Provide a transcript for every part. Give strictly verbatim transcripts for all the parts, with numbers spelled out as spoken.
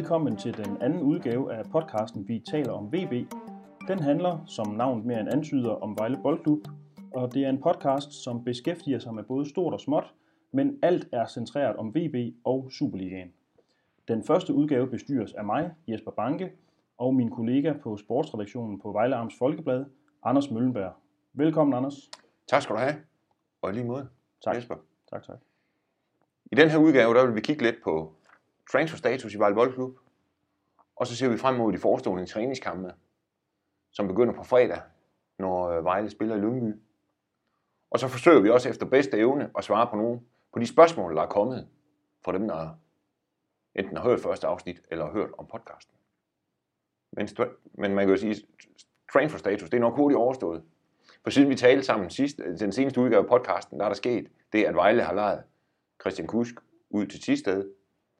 Velkommen til den anden udgave af podcasten Vi taler om V B. Den handler, som navnet mere end antyder, om Vejle Boldklub, og det er en podcast, som beskæftiger sig med både stort og småt, men alt er centreret om V B og Superligaen. Den første udgave bestyres af mig, Jesper Banke, og min kollega på sportsredaktionen på Vejle Amts Folkeblad, Anders Møllenberg. Velkommen, Anders. Tak skal du have, og i lige måde, tak. Jesper. Tak, tak. I den her udgave, der vil vi kigge lidt på transferstatus i Vejle Boldklub, og så ser vi frem mod de forestående træningskampe, som begynder på fredag, når Vejle spiller i Lyngby. Og så forsøger vi også efter bedste evne at svare på nogle på de spørgsmål, der er kommet fra dem, der enten har hørt første afsnit, eller har hørt om podcasten. Men, men man kan jo sige, transferstatus, det er nok hurtigt overstået. For siden vi talte sammen sidst, den seneste udgave af podcasten, der er der sket det, at Vejle har lejet Christian Kusk ud til Thisted.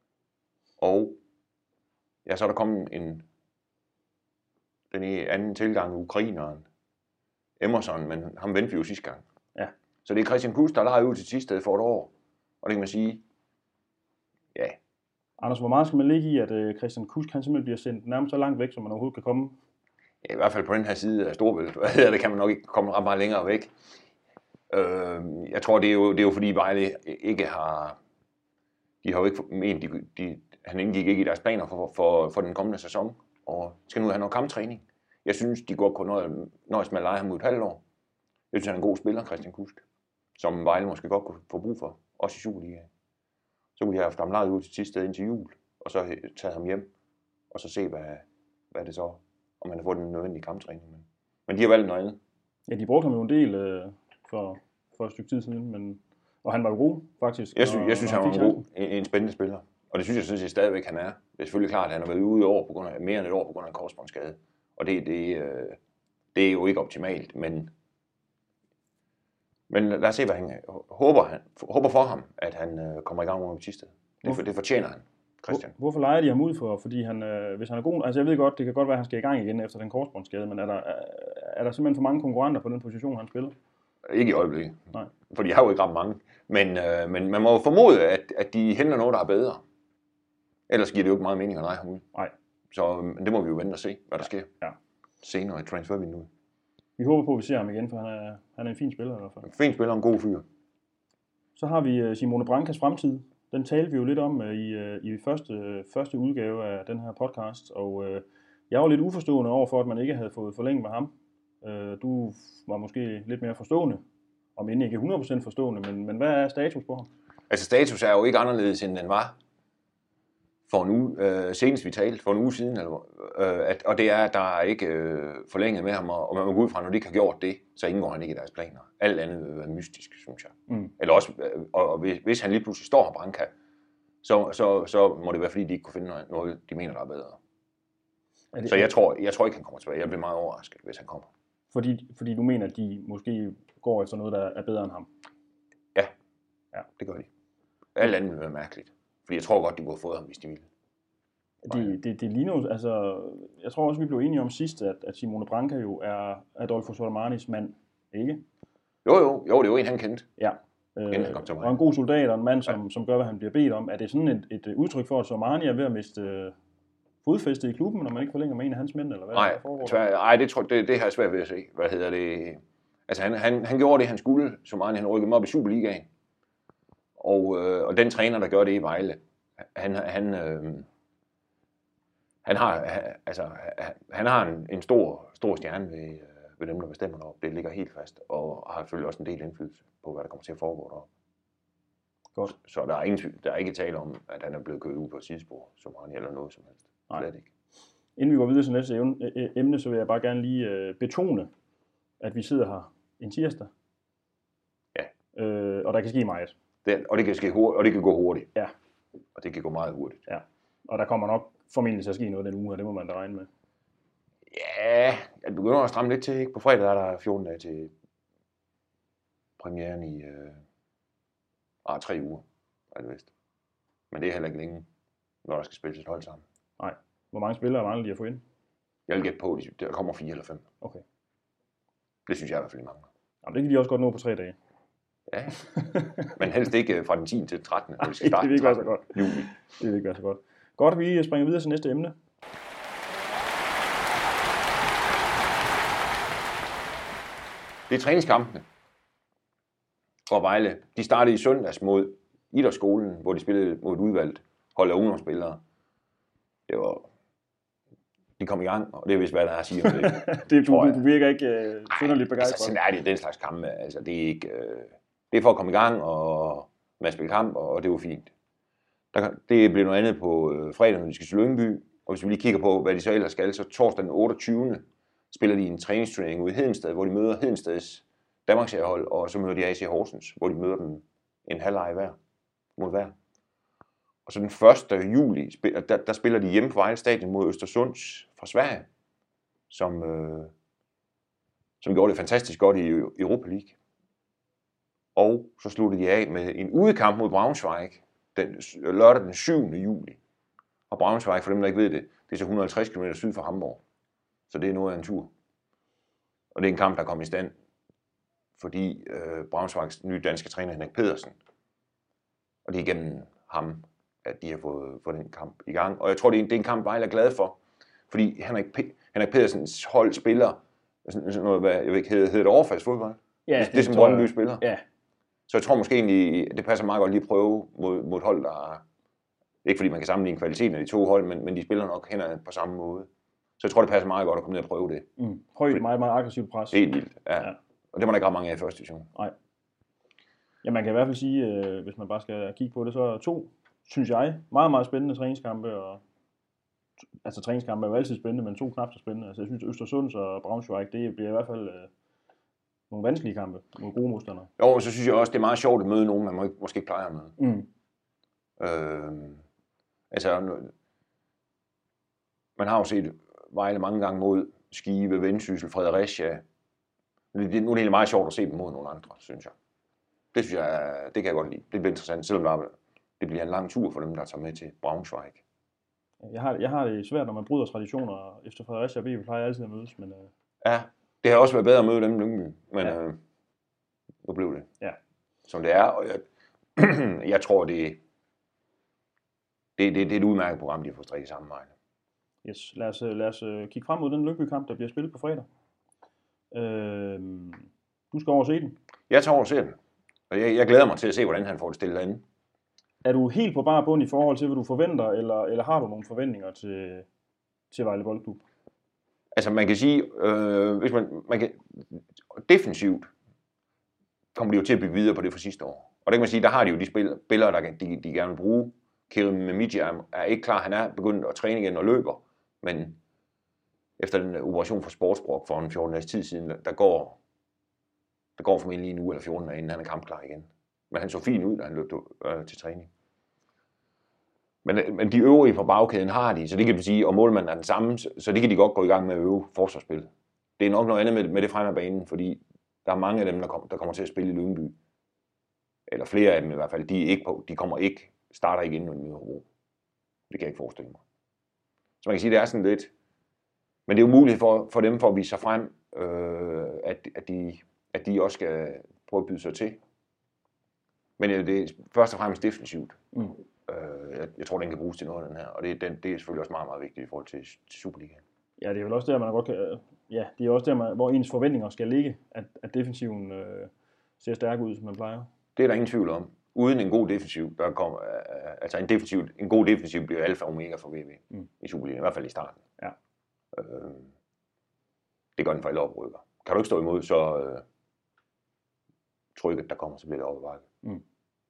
Og ja, så er der kommet en den anden tilgang af ukraineren, Emerson, men ham vendte vi jo sidste gang. Ja. Så det er Christian Kusk, der lejer ud til Thisted for et år. Og det kan man sige, ja. Anders, hvor meget skal man ligge i, at Christian Kusk han simpelthen bliver sendt nærmest så langt væk, som man overhovedet kan komme? Ja, i hvert fald på den her side af Storbælt. Det kan man nok ikke komme ret meget længere væk. Øh, jeg tror, det er, jo, det er jo fordi Vejle ikke har... De har jo ikke ment, de, de, han indgik ikke i deres planer for, for, for den kommende sæson, og skal nu have noget kamptræning. Jeg synes, de går på noget, nøjes med at lege ham ud et halvt år. Jeg synes, han er en god spiller, Christian Kusk, som Vejle måske godt kunne få brug for, også i Superligaen. Så kunne de have haft ham lejet ud til sidste sted ind til jul, og så taget ham hjem, og så se, hvad, hvad det så, om han har fået den nødvendige kamptræning. Men, men de har valgt noget andet. Ja, de brugte ham jo en del øh, for, for et stykke tid siden, men, og han var jo god, faktisk. Jeg synes, og, jeg synes han var en god, en, en spændende spiller. Og det synes jeg, synes jeg stadigvæk, han er. Det er selvfølgelig klart, at han har været ude i år på grund af, mere end et år på grund af en korsbåndsskade. Og det, det, øh, det er jo ikke optimalt, men, men lad os se, hvad han håber, han, håber for ham, at han øh, kommer i gang med Thisted. Det, for, det fortjener han, Christian. Hvorfor leger de ham ud for? Fordi han, øh, hvis han er god, altså jeg ved godt, det kan godt være, at han skal i gang igen efter den korsbåndsskade, men er der, er, er der simpelthen for mange konkurrenter på den position, han spiller? Ikke i øjeblikket. Nej. For de har jo ikke ret mange. Men, øh, men man må jo formode, at, at de henter noget, der er bedre. Ellers giver det jo ikke meget mening at lege ham ud. Nej. Så det må vi jo vente og se, hvad der sker ja. senere i transfervinduet. Vi håber på, at vi ser ham igen, for han er, han er en fin spiller i hvert fald. En fin spiller og en god fyr. Så har vi Simone Brancas fremtid. Den talte vi jo lidt om i, i første, første udgave af den her podcast, og øh, jeg var lidt uforstående over for, at man ikke havde fået forlænget med ham. Øh, du var måske lidt mere forstående, om end ikke hundrede procent forstående, men, men hvad er status på ham? Altså status er jo ikke anderledes, end den var for en uge, øh, senest vi talte, for en uge siden, eller, øh, at, og det er, at der er ikke øh, forlænget med ham, og, og man må gå ud fra, når de ikke har gjort det, så indgår han ikke i deres planer. Alt andet vil være mystisk, synes jeg. Mm. Eller også, øh, og, og hvis, hvis han lige pludselig står her, Branca, så, så, så må det være, fordi de ikke kunne finde noget, noget de mener, der er bedre. Er det, så jeg tror, jeg tror ikke, han kommer tilbage. Jeg bliver meget overrasket, hvis han kommer. Fordi, fordi du mener, at de måske går efter noget, der er bedre end ham? Ja, ja, det gør de. Alt andet vil være mærkeligt. Fordi jeg tror godt, de kunne have fået ham, hvis de ville. Det, det, det ligner jo, altså, jeg tror også, vi blev enige om sidst, at, at Simone Branca jo er Adolfo Solomanis mand, ikke? Jo, jo, jo, det er jo en, han kendte. Ja, øh, og en god soldat og en mand, som, ja. som gør, hvad han bliver bedt om. Er det sådan et, et udtryk for, at Solomani er ved at miste øh, fodfæstet i klubben, når man ikke forlænger med en af hans mænd, eller hvad? Nej, nej, det, tror, det, det har jeg svært ved at se. Hvad hedder det? Altså, han, han, han gjorde det, han skulle. Solomani, han rykkede op i Superligaen. Og, øh, og den træner, der gør det i Vejle, han, han, øh, han har, altså, han har en, en stor, stor stjerne ved, ved dem, der bestemmer deroppe. Det ligger helt fast, og har selvfølgelig også en del indflydelse på, hvad der kommer til at foregå deroppe. Godt. Så der er, ingen, der er ikke tale om, at han er blevet kørt ud på et sidespor, som han eller noget som helst. Nej. Slet ikke. Inden vi går videre til næste emne, så vil jeg bare gerne lige øh, betone, at vi sidder her en tirsdag. Ja. Øh, og der kan ske meget. Det, og, det kan ske hurtigt, og det kan gå hurtigt. Ja. Og det kan gå meget hurtigt. Ja. Og der kommer nok formentlig til at ske noget den uge, og det må man da regne med. Ja, jeg begynder at stramme lidt til. Ikke? På fredag er der fjorten dage til premieren i øh, ah, tre uger, er det vist. Men det er heller ikke længe, når der skal spilles et hold sammen. Nej. Hvor mange spillere mangler de at få ind? Jeg vil gætte på, at der kommer fire eller fem. Okay. Det synes jeg i hvert fald, de mangler. Jamen, det kan de også godt nå på tre dage. Ja, men helst ikke fra den tiende til den trettende. Ej, det vil ikke være så godt. Juli. Det vil ikke være så godt. Godt, vi springer videre til næste emne. Det er træningskampene for Vejle. De startede i søndags mod idrætsskolen, hvor de spillede mod et udvalgt hold af ungdomsspillere. Det var... De kom i gang, og det er vist, hvad der er at sige om det. det du, du virker ikke uh, synderligt begejstret. Altså, sådan er det den slags kampe. Altså, det, er ikke, uh, det er for at komme i gang og med at spille kamp, og det var fint. Der, det bliver noget andet på uh, fredag, når de skal til Lyngby. Og hvis vi lige kigger på, hvad de så ellers skal, så torsdag den otteogtyvende spiller de en træningsturnering ude i Hedensted, hvor de møder Hedensteds Danmarksseriehold, og så møder de A C Horsens, hvor de møder dem en halvleg hver mod hver. Og så den første juli, der, der spiller de hjemme på Vejle Stadion mod Østersunds fra Sverige, som, øh, som gjorde det fantastisk godt i Europa League. Og så sluttede de af med en udekamp mod Braunschweig den, lørdag den syvende juli. Og Braunschweig, for dem der ikke ved det, det er så et hundrede og halvtreds kilometer syd for Hamburg. Så det er noget af en tur. Og det er en kamp, der kom i stand, fordi øh, Braunschweigs nye danske træner Henrik Pedersen, og det er igennem ham, at de har fået, fået den kamp i gang. Og jeg tror, det er en, det er en kamp, Vejle er glad for, fordi Henrik, P- Henrik Pedersens hold spiller, sådan noget, hvad, jeg ved ikke, hedder, hedder det overfalds fodbold? Ja, det, det er som Brøndby spiller. Ja. Så jeg tror måske egentlig, det passer meget godt lige at prøve mod, mod et hold, der er, ikke fordi man kan sammenligne kvaliteten af de to hold, men, men de spiller nok hænder på samme måde. Så jeg tror, det passer meget godt at komme ned og prøve det. Mm. Højt, meget, meget aggressivt pres. Helt vildt, ja. ja. Og det var der ikke ret mange af i første division. Nej. Ja, man kan i hvert fald sige, øh, hvis man bare skal kigge på det, så er to, synes jeg, meget, meget spændende træningskampe. Og, altså træningskampe er jo altid spændende, men to knap så spændende. Altså jeg synes, Østersunds og Braunschweig, det bliver i hvert fald øh, nogle vanskelige kampe, nogle gode modstandere. Jo, så synes jeg også, det er meget sjovt at møde nogen, man må ikke, måske ikke plejer at møde. Mm. Øh, altså, man har jo set Vejle mange gange mod Skive, Vendsyssel, Fredericia. Nu er det egentlig meget sjovt at se dem mod nogle andre, synes jeg. Det synes jeg, det kan jeg godt lide. Det bliver interessant, selvom der, det bliver en lang tur for dem, der tager med til Braunschweig. Jeg har, jeg har det svært, når man bryder traditioner. Efter Fredericia og B, vi plejer altid at mødes. Men, øh... Ja, det har også været bedre at møde dem i Lyngby, men ja. øh, nu blev det, ja. som det er. Og jeg, jeg tror, det, det, det, det er et udmærket program, de har fået strikket sammen med. Yes, lad os, lad os kigge frem mod den Lyngby-kamp, der bliver spillet på fredag. Øh, du skal over og se den. Jeg tager over og se den. Og jeg, jeg glæder mig til at se, hvordan han får det stillet derinde. Er du helt på bare bund i forhold til, hvad du forventer, eller, eller har du nogle forventninger til, til Vejle Boldklub? Altså man kan sige, øh, hvis man, man kan, defensivt kommer de jo til at bygge videre på det fra sidste år. Og det kan man sige, der har de jo de spillere, der de, de gerne vil bruge. Kerim Memidji er, er ikke klar, han er begyndt at træne igen og løber, men efter den operation for Sportsbrok for en fjorten dages tid siden, der går, der går formentlig en uge eller fjorten dage, inden han er kampklar igen. Men han så fint ud, da han løb øh, til træning. Men, men de øvrige fra bagkæden har de, så det kan vi sige, og målmanden er den samme, så det kan de godt gå i gang med at øve forsvarsspil. Det er nok noget andet med, med det frem af banen, fordi der er mange af dem, der, kom, der kommer til at spille i Lyngby. Eller flere af dem i hvert fald, de er ikke på, de kommer ikke, starter ikke ind, når de møder Hobro. Det kan jeg ikke forestille mig. Så man kan sige, det er sådan lidt, men det er jo muligt for, for dem for at vise sig frem, øh, at, at, de, at de også skal prøve at byde sig til. Men det er først og fremmest defensivt. Mm. Øh, jeg, jeg tror, den kan bruges til noget af den her, og det, den, det er selvfølgelig også meget, meget vigtigt i forhold til, til Superligaen. Ja, det er vel også der, man godt kan, ja, det er også der, man, hvor ens forventninger skal ligge, at, at defensiven øh, ser stærk ud, som man plejer. Det er der ingen tvivl om. Uden en god defensiv, der kommer, øh, altså en, defensiv, en god defensiv bliver alfa og omega for V V mm. i Superligaen, i hvert fald i starten. Ja. Øh, det gør den for alle oprykker. Kan du ikke stå imod, så øh, trykket, der kommer, så bliver det op ad bakke. Mm.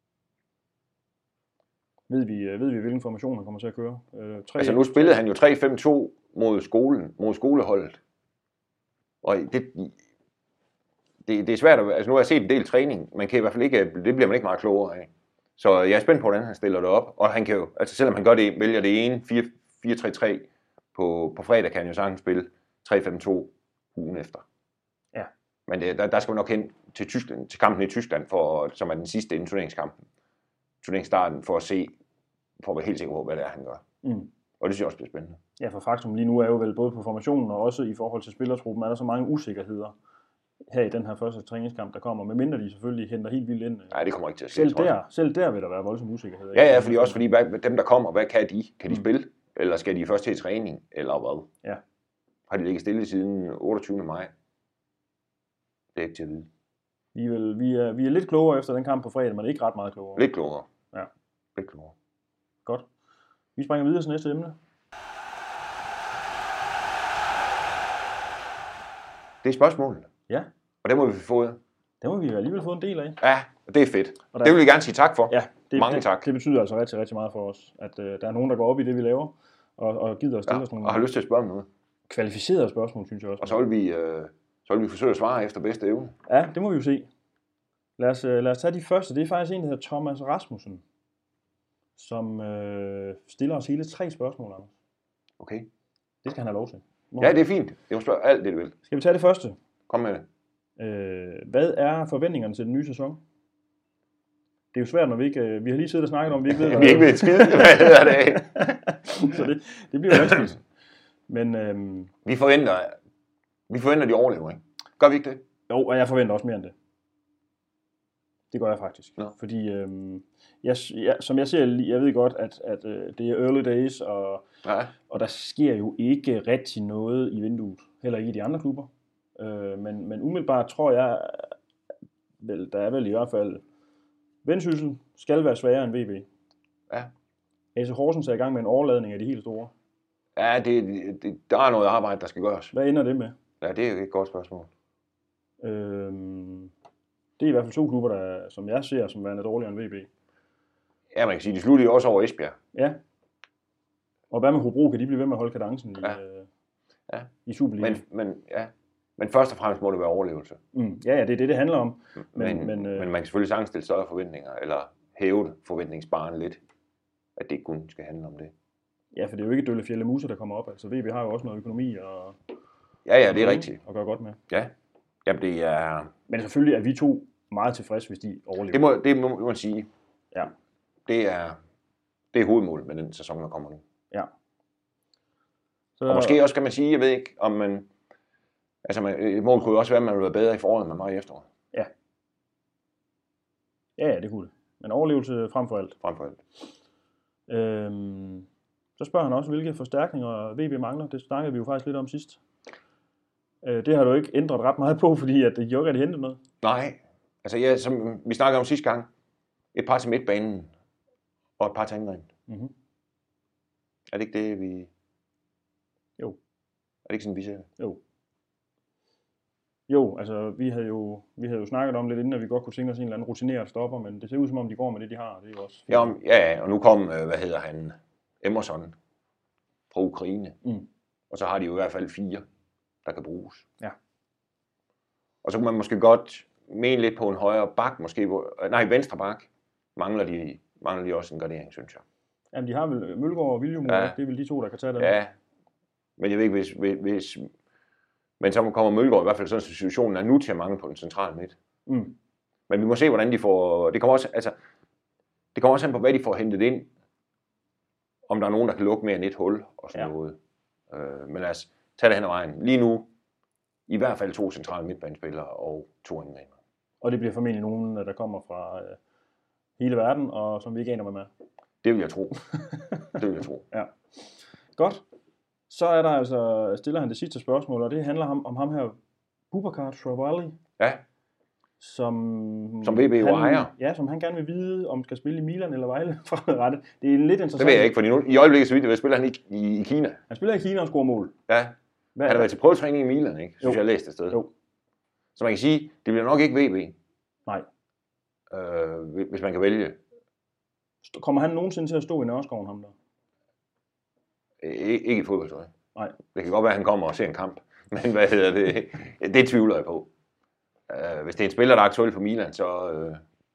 Ved vi, ved vi, hvilken formation han kommer til at køre? Øh, tre, altså nu spillede han jo tre fem to mod skolen, mod skoleholdet. Og det, det, det er svært at, altså nu har jeg set en del træning, man kan i hvert fald ikke, det bliver man ikke meget klogere af. Så jeg er spændt på, hvordan han stiller det op. Og han kan jo, altså selvom han gør det, vælger det ene fire tre tre på, på fredag, kan han jo sagtens spille tre fem to ugen efter. Ja. Men det, der, der skal vi nok hen til Tyskland, til kampen i Tyskland, for, som er den sidste inden turneringskampen. Turneringsstarten, for at se, for at være helt sikker på, hvad det er, han gør. Mm. Og det synes jeg også bliver spændende. Ja, for faktum lige nu er jo vel både på formationen og også i forhold til spillertruppen, er der så mange usikkerheder. her i den her første træningskamp, der kommer, medmindre de selvfølgelig henter helt vildt ind. Nej, det kommer ikke til at ske. Selv der, selv der vil der være voldsom usikkerhed. Ja, ja, fordi også fordi hvad, dem, der kommer, hvad kan de? Kan de Mm. spille? Eller skal de først til træning? Eller hvad? Ja. Har de ligget stille siden otteogtyvende maj? Det er ikke til at vide. Vi, vil, vi, er, vi er lidt klogere efter den kamp på fredag, men ikke ret meget klogere. Lidt klogere. Ja. Lidt klogere. Godt. Vi springer videre til næste emne. Det er spørgsmålet. Ja, Og det må vi få. det må vi alligevel få en del af. Ja, og det er fedt. Og der, Det vil vi gerne sige tak for. ja, det, Mange det, tak. Det betyder altså rigtig, rigtig meget for os, at uh, der er nogen, der går op i det, vi laver, og, og gider at stille Ja, os nogle og har lyst til at spørge om noget. kvalificerede spørgsmål, synes jeg også. Og så vil vi, øh, så vil vi forsøge at svare efter bedste evne. Ja, det må vi jo se. Lad os, uh, lad os tage de første. Det er faktisk en, der hedder Thomas Rasmussen, som uh, stiller os hele tre spørgsmål, Anders. Okay. Det skal han have lov til. Må Ja, han? det er fint. Det må spørge alt det, du vil. Skal vi tage det første? Kom med det. Øh, hvad er forventningerne til den nye sæson? Det er jo svært, når vi ikke... Øh, vi har lige siddet og snakket om, vi ikke ved, Vi er ikke ved et skide, hvad hedder det? Så det, det bliver vanskeligt. Men øhm, Vi forventer, vi forventer, de overlever, ikke? Gør vi ikke det? jo, og jeg forventer også mere end det. Det gør jeg faktisk. Nå. Fordi, øhm, jeg, jeg, som jeg ser, jeg ved godt, at, at øh, det er early days, og, Nej. og der sker jo ikke rigtig noget i vinduet. Heller ikke i de andre klubber. Øh, men, men umiddelbart tror jeg, vel, der er vel i hvert fald, Vendsyssel skal være sværere end V B. Ja. A C Horsens er i gang med en overladning af de helt store. Ja, det, det, der er noget arbejde, der skal gøres. Hvad ender det med? Ja, det er jo et godt spørgsmål. Øhm, det er i hvert fald to klubber, der, som jeg ser, som værende dårligere end V B. Ja, man kan sige, de sluttede jo også over Esbjerg. Ja. Og hvad med Hobro? Kan de blive ved med at holde kadencen i, Ja. øh, Ja. i Superligaen? Men, men, ja. men først og fremmest må det være overlevelse. Mm, ja, ja, det er det, det handler om. Men, Men- men, men, øh, men man kan selvfølgelig sagtens stille større forventninger, eller hæve forventningsbaren lidt, at det ikke kun skal handle om det. Ja, for det er jo ikke Dølle Fjelle Muse, der kommer op. Altså V B har jo også noget økonomi og, Ja, ja, det er rigtigt. at gøre godt med. Ja. Jamen, det er... Men selvfølgelig er vi to meget tilfredse, hvis de overlever. Det må, det må man sige. Ja. Det er, det er hovedmålet med den sæson, der kommer nu. Ja. Så, Og måske også kan man sige, jeg ved ikke, om man... Altså, man, et mål kunne jo også være, at man ville være bedre i foråret, end man var i efteråret. Ja, ja, det kunne det. Men overlevelse frem for alt. Frem for alt. Øhm, så spørger han også, hvilke forstærkninger V B mangler. Det snakkede vi jo faktisk lidt om sidst. Øh, det har du ikke ændret ret meget på, fordi at de jo ikke rigtig hentet noget. Nej, altså ja, som vi snakkede om sidste gang, et par til midtbanen og et par til angrebet. Mm-hmm. Er det ikke det, vi... Jo. Er det ikke sådan, vi ser det? Jo. Jo, altså vi havde jo, vi havde jo snakket om lidt inden, at vi godt kunne tænke os en eller anden rutineret stopper, men det ser ud som om, de går med det, de har. Det er jo også Ja, om, ja, ja, og nu kom, øh, hvad hedder han, Emerson fra Ukraine. Mm. Og så har de jo i hvert fald fire, der kan bruges. Ja. Og så kunne man måske godt mene lidt på en højere bak, måske, hvor, nej, venstre bak, mangler de, mangler de også en gardering, synes jeg. Jamen, de har vel Mølgaard og Viljum, Ja. ja. Det er vel de to, der kan tage den. Ja, men jeg ved ikke, hvis, hvis, hvis men så kommer Mølgaard i hvert fald sådan, at situationen er nu til at mangle på den centrale midt. Mm. Men vi må se, hvordan de får, det kommer også, altså, det kommer også an på, hvad de får hentet ind, om der er nogen, der kan lukke mere end et hul, og sådan Ja. noget. Øh, men lad os tage det hen ad vejen. Lige nu, i hvert fald to centrale midtbanespillere og to angriber. Og det bliver formentlig nogen, der kommer fra øh, hele verden, og som vi ikke aner med med. Det vil jeg tro. Det vil jeg tro. Ja. Godt. Så er der altså, stiller han det sidste spørgsmål, og det handler om, om ham her, Boubacar Traoré, Ja, som... Som V B jo han, ejer. Ja, som han gerne vil vide, om skal spille i Milan eller Vejle fremadrettet. Det er lidt interessant. det ved jeg ikke, fordi nu, i øjeblikket, så vidt jeg ved, spiller han i, i, i Kina. Han spiller i Kina og scorer mål. Ja, Hvad han har været til prøvetræning i Milan, ikke? Synes Jo. jeg, jeg læste et sted. Jo. Så man kan sige, det bliver nok ikke V B, Nej. øh, hvis man kan vælge. Kommer han nogensinde til at stå i Nørreskoven, ham der? I- Ikke i fodboldtøj. Nej. Det kan godt være, at han kommer og ser en kamp. Men hvad hedder det? Det tvivler jeg på. Uh, hvis det er en spiller, der er aktuel for Milan, så uh,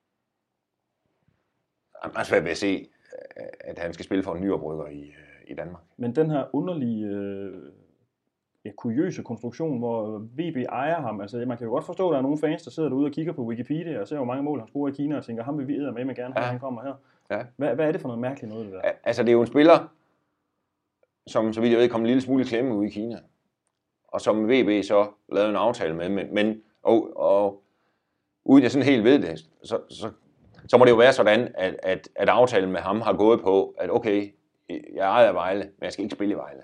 er man svært ved at se, at han skal spille for en nyoprykker i, uh, i Danmark. Men den her underlige, øh, ja, kuriøse konstruktion, hvor V B ejer ham, altså man kan jo godt forstå, at der er nogle fans, der sidder derude og kigger på Wikipedia og ser, hvor mange mål han scorer i Kina, og tænker, ham vil vi med med gerne have, Ja. han kommer her. Ja. Hvad, hvad er det for noget mærkeligt noget, det der? Uh, altså, det er jo en spiller, som, så vidt jeg ved, kom en lille smule i klemme ude i Kina. Og som V B så lavede en aftale med. Men, men Og, og uden jeg sådan helt ved det, så, så, så må det jo være sådan, at, at, at aftalen med ham har gået på, at okay, jeg ejer Vejle, men jeg skal ikke spille i Vejle.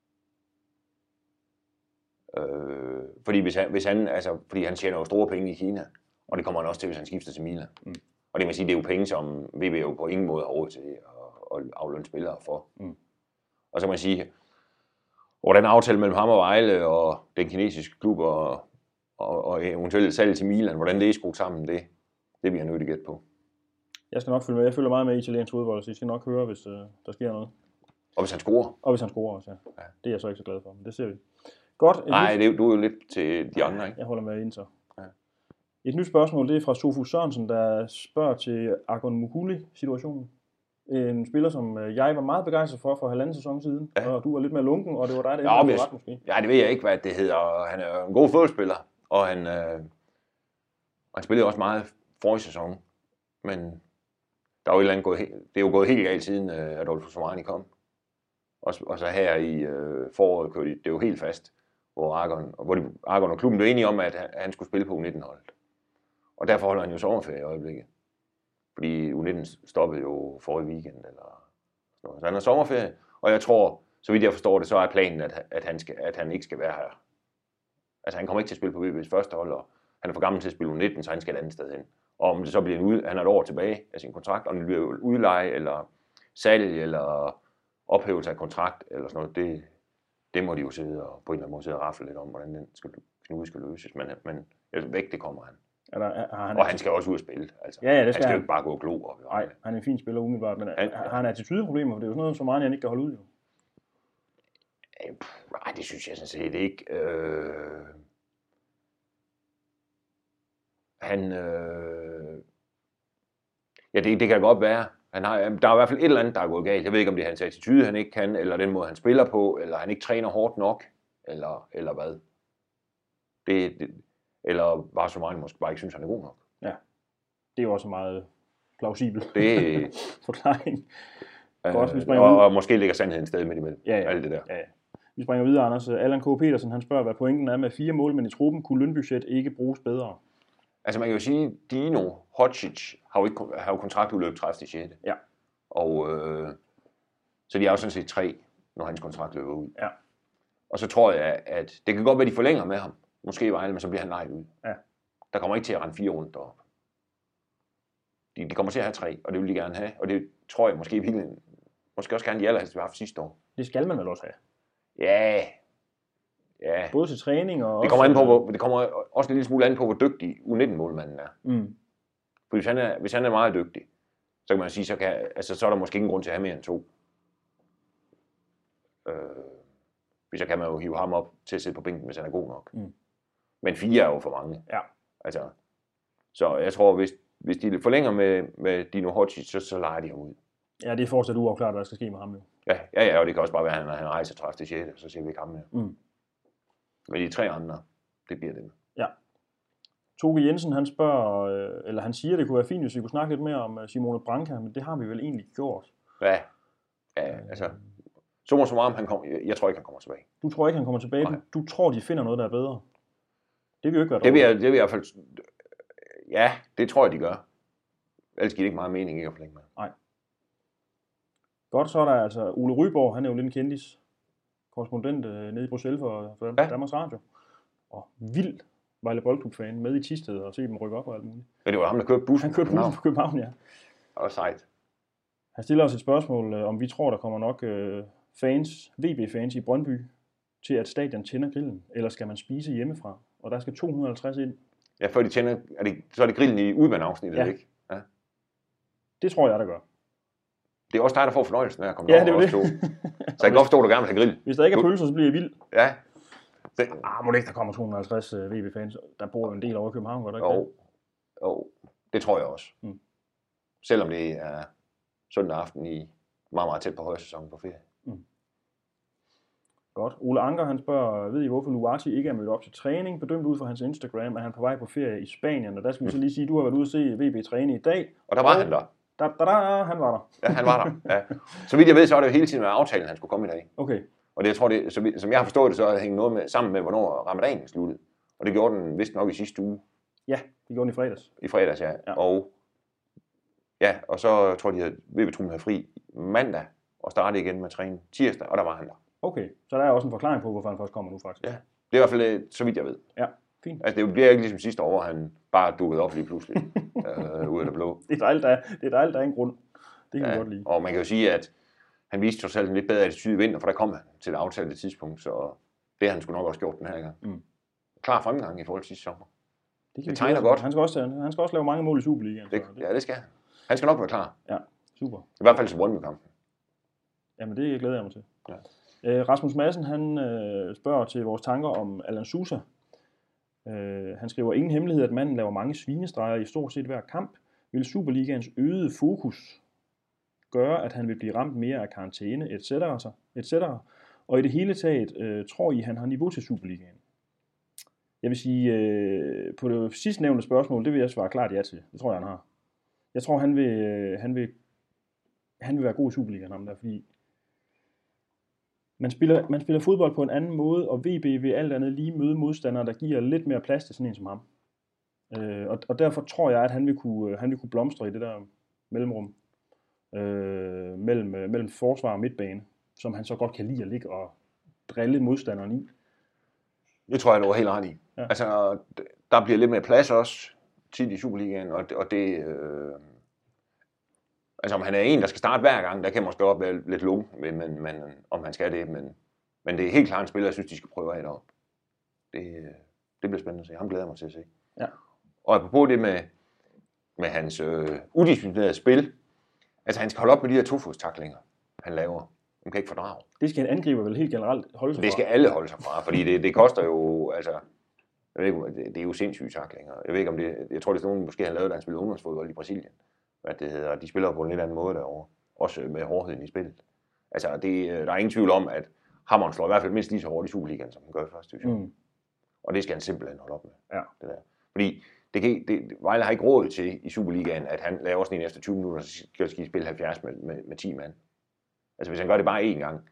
Øh, fordi, hvis han, hvis han, altså, fordi han tjener jo store penge i Kina, og det kommer han også til, hvis han skifter til Milan. Mm. Og det vil sige, det er jo penge, som V B jo på ingen måde har råd til at, at aflønne spillere for. Mm. Og så kan man sige, hvordan aftalen mellem ham og Vejle og den kinesiske klub og, og, og eventuelt salg til Milan, hvordan det er skruet sammen, det, det vil jeg nødt til gætte på. Jeg skal nok følge med. Jeg følger meget med i italiensk fodbold, så I skal nok høre, hvis uh, der sker noget. Og hvis han scorer. Og hvis han scorer også, ja. ja. Det er jeg så ikke så glad for, men det ser vi. Godt. Nej, det, du er jo lidt til de andre, ikke? Jeg holder med Inter. Ja. Et nyt spørgsmål, det er fra Sofus Sørensen, der spørger til Agon Muhuli-situationen. En spiller, som jeg var meget begejstret for for halvanden sæson siden, ja. Og du var lidt mere lunken, og det var dig, der ja, endte ret måske. Ja, det ved jeg ikke, hvad det hedder. Han er en god fodboldspiller, og han, øh, han spillede også meget forrige sæson. Men der er jo et eller andet gået, det er jo gået helt galt siden øh, Adolfo Somani kom. Og, og så her i øh, foråret kørte de, det er jo helt fast, hvor Argon, hvor de, Argon og klubben blev enige om, at han skulle spille på U nitten-holdet. Og derfor holder han jo sommerferie i øjeblikket. Fordi U nitten stoppede jo forrige weekend. Eller så han har sommerferie, og jeg tror, så vidt jeg forstår det, så er planen, at, at, han, skal, at han ikke skal være her. Altså han kommer ikke til at spille på V B's første hold, og han er for gammel til at spille U nitten, så han skal et andet sted hen. Og om det så bliver en ud, han har et år tilbage af sin kontrakt, om det bliver udleje, eller salg, eller ophævelse af kontrakt, eller sådan noget, det, det må de jo sidde og på en eller anden måde sidde og rafle lidt om, hvordan den skal, knude skal løses. Men, men væk, det kommer han. Er der, han og han skal også ud og spille. Altså. Ja, ja, det skal han skal han. jo ikke bare gå og glo op. Nej, han er en fin spiller umiddelbart, men han, har han attitudeproblemer? For det er jo sådan noget, som Arne ikke kan holde ud. Jo. Nej, det synes jeg sådan set ikke. Øh... Han... Øh... Ja, det, det kan godt være. Han har, der er i hvert fald et eller andet, der er gået galt. Jeg ved ikke, om det er hans attitude, han ikke kan, eller den måde, han spiller på, eller han ikke træner hårdt nok, eller, eller hvad. Det, det, eller bare så meget, måske bare ikke synes, han er god nok. Ja, det er jo også meget plausibel det, forklaring. Øh, Godt, vi springer og, og måske ligger sandheden sted midt imellem. Ja, ja. Alt det der. Ja, ja. Vi springer videre, Anders. Allan K. Petersen, han spørger, hvad pointen er med fire målmænd i truppen. Kunne lønbudget ikke bruges bedre? Altså man kan jo sige, Dino Hodgic har jo, ikke, har jo kontraktudløb tredivte sjette Ja. Og øh, så de er jo sådan set tre, når hans kontrakt løber ud. Ja. Og så tror jeg, at det kan godt være, de forlænger med ham. Måske i Vejle, men så bliver han lejet ud. Ja. Der kommer ikke til at rende fire rundt derop. De, de kommer til at have tre, og det vil de gerne have. Og det tror jeg måske virkelig, måske også gerne de allerhelst, vi har haft sidste år. Det skal man vel også have? Ja. Ja. Både til træning og det kommer, an på, hvor, det kommer også en lille smule an på, hvor dygtig U nitten-målmanden er. Mm. For hvis han er, hvis han er meget dygtig, så kan man sige, så, kan, altså, så er der måske ingen grund til at have mere end to. Øh, hvis så kan man jo hive ham op til at sidde på bænken, hvis han er god nok. Mm. Men fire er jo for mange. Ja. Altså, så jeg tror, hvis, hvis de forlænger med, med Dino Hodgic, så, så leger de ham ud. Ja, det er fortsat uafklart, hvad der skal ske med ham jo. Ja, ja, ja, og det kan også bare være, at han, han rejser tredivte sjette så ser vi ikke ham mere. Mm. Men de tre andre, det bliver det. Ja. Toge Jensen, han spørger, eller han siger, det kunne være fint, hvis vi kunne snakke lidt mere om Simone Branca, men det har vi vel egentlig gjort. Ja, ja altså, summa summarum, han kom, jeg tror ikke, han kommer tilbage. Du tror ikke, han kommer tilbage? Du, du tror, de finder noget, der er bedre? Det vil jo ikke være det vil, jeg, det vil jeg i hvert fald, ja, det tror jeg, de gør. Ellers giver det ikke meget mening ikke at forlænge med. Nej. Godt, så er der altså Ole Ryborg, han er jo lidt en kendis. Korrespondent øh, nede i Bruxelles for, for ja. Danmarks Radio. Og vild Vejle Boldklub-fan med i Thisted og se dem rykke op og alt muligt. Ja, det var ham, der kørte bussen. Han kørte bussen på København, ja. Det var sejt. Han stiller os et spørgsmål, øh, om vi tror, der kommer nok øh, fans, V B-fans i Brøndby, til at stadion tænder grillen, eller skal man spise hjemmefra? Og der skal to hundrede og halvtreds ind. Ja, før de tænder, er det, så er det grillen i udbaneafsnittet, ja. Ikke? Ja. Det tror jeg, der gør. Det er også dig, der får fornøjelsen af at komme ja, derover. Det er det. Så jeg kan godt forstå, at du gerne vil have grill. Hvis der ikke er pølser, så bliver jeg vild. Ja. Det... Ah, må det ikke, der kommer to hundrede og halvtreds uh, V B-fans. Der bor jo en del over i København, godt ikke? Jo, jo, det tror jeg også. Mm. Selvom det er søndag aften i meget, meget tæt på højsæsonen på ferie. Mm. Godt. Ole Anker, han spørger, ved I hvorfor Luati ikke er mødt op til træning? Bedømt ud fra hans Instagram, at han er på vej på ferie i Spanien. Og der skal vi så lige sige, at du har været ude at se V B træne i dag. Og der var og... han der. Da, da, da, han var der. Ja, han var der. Ja. Så vidt jeg ved, så er det jo hele tiden med aftalen, han skulle komme i dag. Okay. Og det, jeg tror, det, som jeg har forstået det, så er det hængt noget med, sammen med, hvornår ramadanen sluttede. Og Og det gjorde den vist nok i sidste uge. Ja, det gjorde den i fredags. I fredags, ja. ja. Og, ja, og så tror jeg, de havde V B-truppen havde fri mandag og startede igen med træning tirsdag, og der var han der. Okay, så der er også en forklaring på, hvorfor han først kommer nu faktisk. Ja, det er i hvert fald så vidt jeg ved. Ja, fint. Altså det bliver ikke ligesom sidste år, hvor han bare dukkede op lige pludselig øh, ud af det blå. Det er dejligt, der er, det er dejligt, der er en grund. Det kan ja, vi godt lide. Og man kan jo sige, at han viste sig selv en lidt bedre attitude i vinter, for der kom han til det aftalte tidspunkt, så det har han sgu nok også gjort den her gang. Mm. Klar fremgang i forhold til sidste sommer. Det, det tegner godt. Han skal, også, han skal også lave mange mål i Superligaen. Det, det. Ja, det skal han. Han skal nok være klar. Ja, super. I hvert fald til Brøndby-kampen. Jamen, det glæder jeg mig til. Ja. Øh, Rasmus Madsen, han øh, spørger til vores tanker om Alan Sousa. Øh, han skriver, ingen hemmelighed, at manden laver mange svinestreger i stort set hver kamp. Vil Superligaens øgede fokus gøre, at han vil blive ramt mere af karantæne, et cetera, et cetera. Og i det hele taget, øh, tror I, han har niveau til Superligaen? Jeg vil sige, øh, på det sidste nævnte spørgsmål, det vil jeg svare klart ja til. Det tror jeg, han har. Jeg tror, han vil, øh, han vil, han vil være god i Superligaen, ham der, fordi man spiller, man spiller fodbold på en anden måde, og V B vil alt andet lige møde modstandere, der giver lidt mere plads til sådan en som ham. Øh, og, og derfor tror jeg, at han vil kunne, han vil kunne blomstre i det der mellemrum øh, mellem, mellem forsvar og midtbane, som han så godt kan lide at ligge og drille modstanderen i. Det tror jeg, du er helt ret i. Ja. Altså, der bliver lidt mere plads også tit i Superligaen, og det, og det øh, altså om han er en, der skal starte hver gang, der kan måske godt være lidt lunge ved, men, men, om han skal det, men, men det er helt klart en spiller, jeg synes, de skal prøve af deroppe. Det, det bliver spændende at se. Ham glæder mig til at se. Ja. Og apropos det med, med hans øh, udisciplinerede spil, altså han skal holde op med de her tofodstaklinger, han laver. Han kan ikke fordrage. Det skal en angriber vel helt generelt holde sig fra? Det skal alle holde sig fra, fordi det, det koster jo, altså, jeg ved ikke, det, det er jo sindssyge taklinger. Jeg ved ikke om det, jeg tror det er nogen, måske han lavede, da han spillede ungdomsfodbold i Brasilien. Hvad det hedder, de spiller på en lidt anden måde derovre. Også med hårdheden i spillet. Altså, det, der er ingen tvivl om, at Hammeren slår i hvert fald mindst lige så hårdt i Superligaen, som han gør i første division. Mm. Og det skal han simpelthen holde op med. Ja. Det der. Fordi det kan, det, Vejle har ikke råd til i Superligaen, at han laver sådan en efter tyve minutter, så skal de spille halvfjerds med, med, med ti mand. Altså, hvis han gør det bare én gang,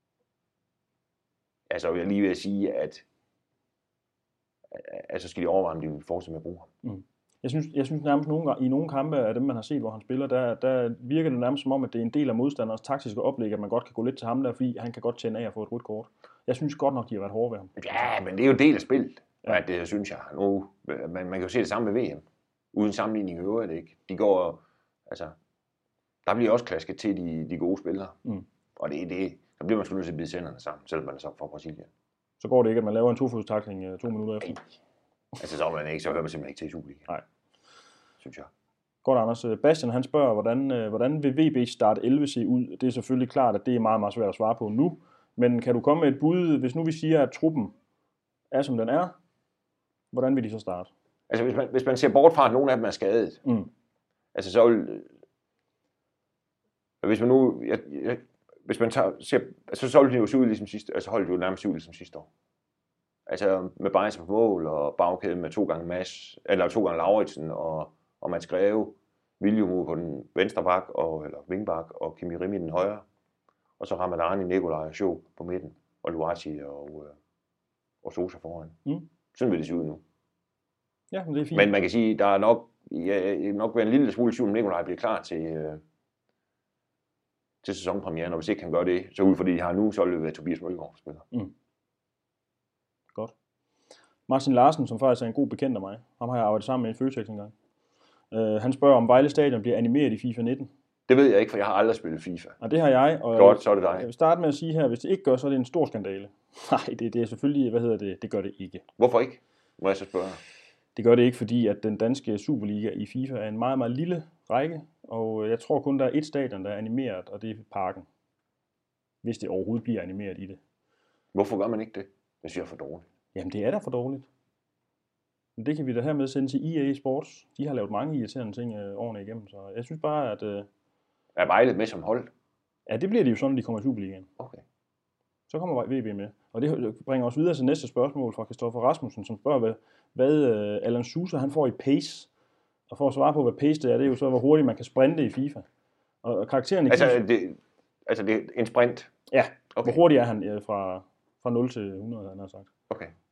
altså, vil jeg lige ved at sige, at altså, skal de overveje, om de vil fortsætte med at bruge ham. Mm. Jeg synes, jeg synes nærmest nogle, i nogle kampe af dem, man har set, hvor han spiller, der, der virker det nærmest som om, at det er en del af modstanders taktiske oplæg, at man godt kan gå lidt til ham der, fordi han kan godt tænde af at få et rødt kort. Jeg synes godt nok, de har været hårde ved ham. Ja, men det er jo en del af spillet. Ja. Det synes jeg. Nu, man, man kan jo se det samme med V M. Uden sammenligning i øvrigt, ikke? De går, altså, der bliver også klasket til de, de gode spillere. Mm. Og det, det, der bliver man sgu nødt til at bide sænderne sammen, selvom man er så fra Brasilien. Så går det ikke, at man laver en tofodstakling to minutter efter. Altså, så, man ikke, så hører man simpelthen ikke til i Superligaen. Nej. Synes jeg. Godt, Anders. Bastian, han spørger, hvordan, hvordan vil V B start elleve se ud? Det er selvfølgelig klart, at det er meget, meget svært at svare på nu. Men kan du komme med et bud, hvis nu vi siger, at truppen er, som den er? Hvordan vil de så starte? Altså, hvis man, hvis man ser bort fra, at nogle af dem er skadet, mm. altså så vil, hvis man nu, jeg, jeg, hvis man tager, ser, altså så vil de jo se ud ligesom sidste, altså holdt de jo nærmest ud ligesom sidste år. Altså med Beis på mål og bagkæden med to gange Mads, eller to gange Lauritsen og, og Mats Greve, Viljum på den venstre bak, og, eller vingbak, og Kimi Rimi den højre. Og så Ramadani, Nikolaj og Show på midten, og Luachi og, og Sosa foran. Mm. Sådan vil det se ud nu. Ja, men det er fint. Men man kan sige, der er nok, ja, nok være en lille smule tvivl, om Nikolaj bliver klar til, øh, til sæsonpremieren, og hvis ikke han gør det, så ud fordi de har nu, så vil det være Tobias Mølgaard spiller. Mm. Godt. Martin Larsen, som faktisk er en god bekendt af mig, ham har jeg arbejdet sammen med i Føtex engang. Uh, han spørger, om Vejle Stadion bliver animeret i FIFA nitten. Det ved jeg ikke, for jeg har aldrig spillet FIFA. Og det har jeg. Og Godt, så er det dig. Jeg vil starte med at sige her, hvis det ikke gør, så er det en stor skandale. Nej, det, det er selvfølgelig, hvad hedder det, det gør det ikke. Hvorfor ikke? Må jeg så spørge? Det gør det ikke, fordi at den danske Superliga i FIFA er en meget, meget lille række, og jeg tror kun, der er et stadion, der er animeret, og det er Parken. Hvis det overhovedet bliver animeret i det. Hvorfor gør man ikke det? Det synes jeg er for dårligt. Jamen, det er da for dårligt. Men det kan vi da hermed sende til E A Sports. De har lavet mange irriterende ting øh, årene igennem, så jeg synes bare, at... Øh, er Vejle med som hold? Ja, det bliver de jo sådan, når de kommer i Superligaen. Okay. Så kommer V B med. Og det bringer os videre til næste spørgsmål fra Kristoffer Rasmussen, som spørger, hvad, hvad uh, Alan Sousa han får i pace. Og for at svare på, hvad pace det er, det er jo så, hvor hurtigt man kan sprinte i FIFA. Og, og karakteren i altså, det, altså, det er en sprint? Ja, okay. Hvor hurtigt er han ja, fra, fra nul til hundrede, han har sagt. Okay.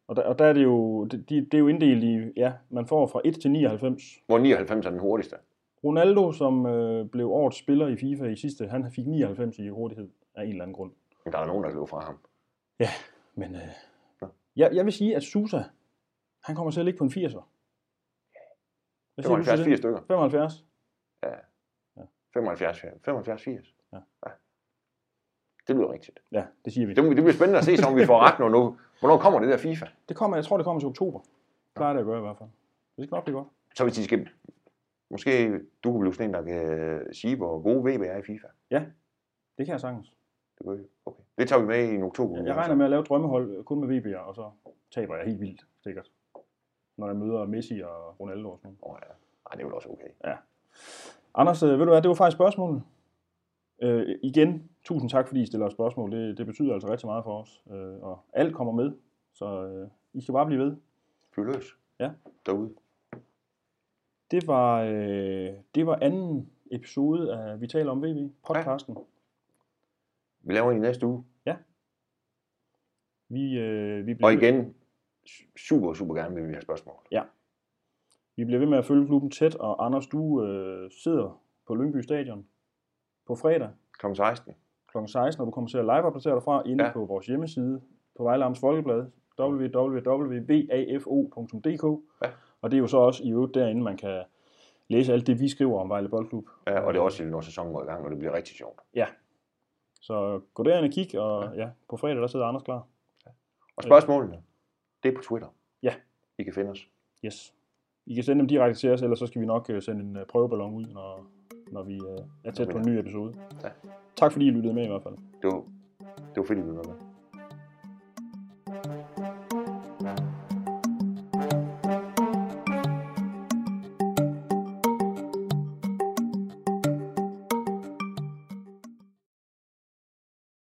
Og der, og der er det jo, det, det er jo inddelt i, ja, man får fra et til nioghalvfems. Hvor nioghalvfems er den hurtigste. Ronaldo, som øh, blev årets spiller i FIFA i sidste, han fik nioghalvfems i hurtighed af en eller anden grund. Men der er nogen, der løber fra ham. Ja, men øh, jeg, jeg vil sige, at Sousa, han kommer til at ligge på en firser. femoghalvfjerds firs stykker. femoghalvfjerds? Ja. Ja. femoghalvfjerds firs. Ja. Ja. Det lyder rigtigt. Ja, det siger vi. Det, det bliver spændende at se, om vi får ret nu. nu. Hvornår kommer det der FIFA? Det kommer, jeg tror, det kommer til oktober. Det plejer det at gøre i hvert fald. Det skal nok blive godt. Så hvis de skal... Måske du kunne blive sådan en, der kan sige, hvor gode V B er i FIFA. Ja, det kan jeg sagtens. Det gør jeg. Okay. Det tager vi med i en oktober. Jeg regner med at lave drømmehold kun med V B'er, og så taber jeg helt vildt, sikkert. Når jeg møder Messi og Ronaldo og sådan noget. Åh ja. Ej, det er jo også okay. Ja. Anders, ved du hvad, det var faktisk spørgsmålet. Øh, igen, tusind tak, fordi I stiller spørgsmål. Det, det betyder altså rigtig meget for os. Øh, og alt kommer med, så øh, I skal bare blive ved. Fyr løs. Ja. Derude. Det var, øh, det var anden episode af Vi taler om V B, podcasten. Ja. Vi laver en i næste uge. Ja. Vi, øh, vi bliver og igen, super, super gerne vil vi have spørgsmål. Ja. Vi bliver ved med at følge klubben tæt, og Anders, du øh, sidder på Lyngby Stadion på fredag klokken seksten. klokken seksten, og du kommer til at live-opdatere derfra inde ja. på vores hjemmeside på Vejle Amts Folkeblad, w w w punktum v a f o punktum d k. Ja. Og det er jo så også i øvrigt derinde, man kan læse alt det, vi skriver om Vejle Boldklub. Ja, og det er også, når sæsonen går i gang, og det bliver rigtig sjovt. Ja. Så gå derind og kig, og ja, ja på fredag, der sidder Anders klar. Ja. Og spørgsmålene, det er på Twitter. Ja. I kan finde os. Yes. I kan sende dem direkte til os, ellers så skal vi nok sende en prøveballon ud, når, når vi er tæt på en ny episode. Ja. Tak fordi I lyttede med i hvert fald. Det var, det var fedt, I lyttede med.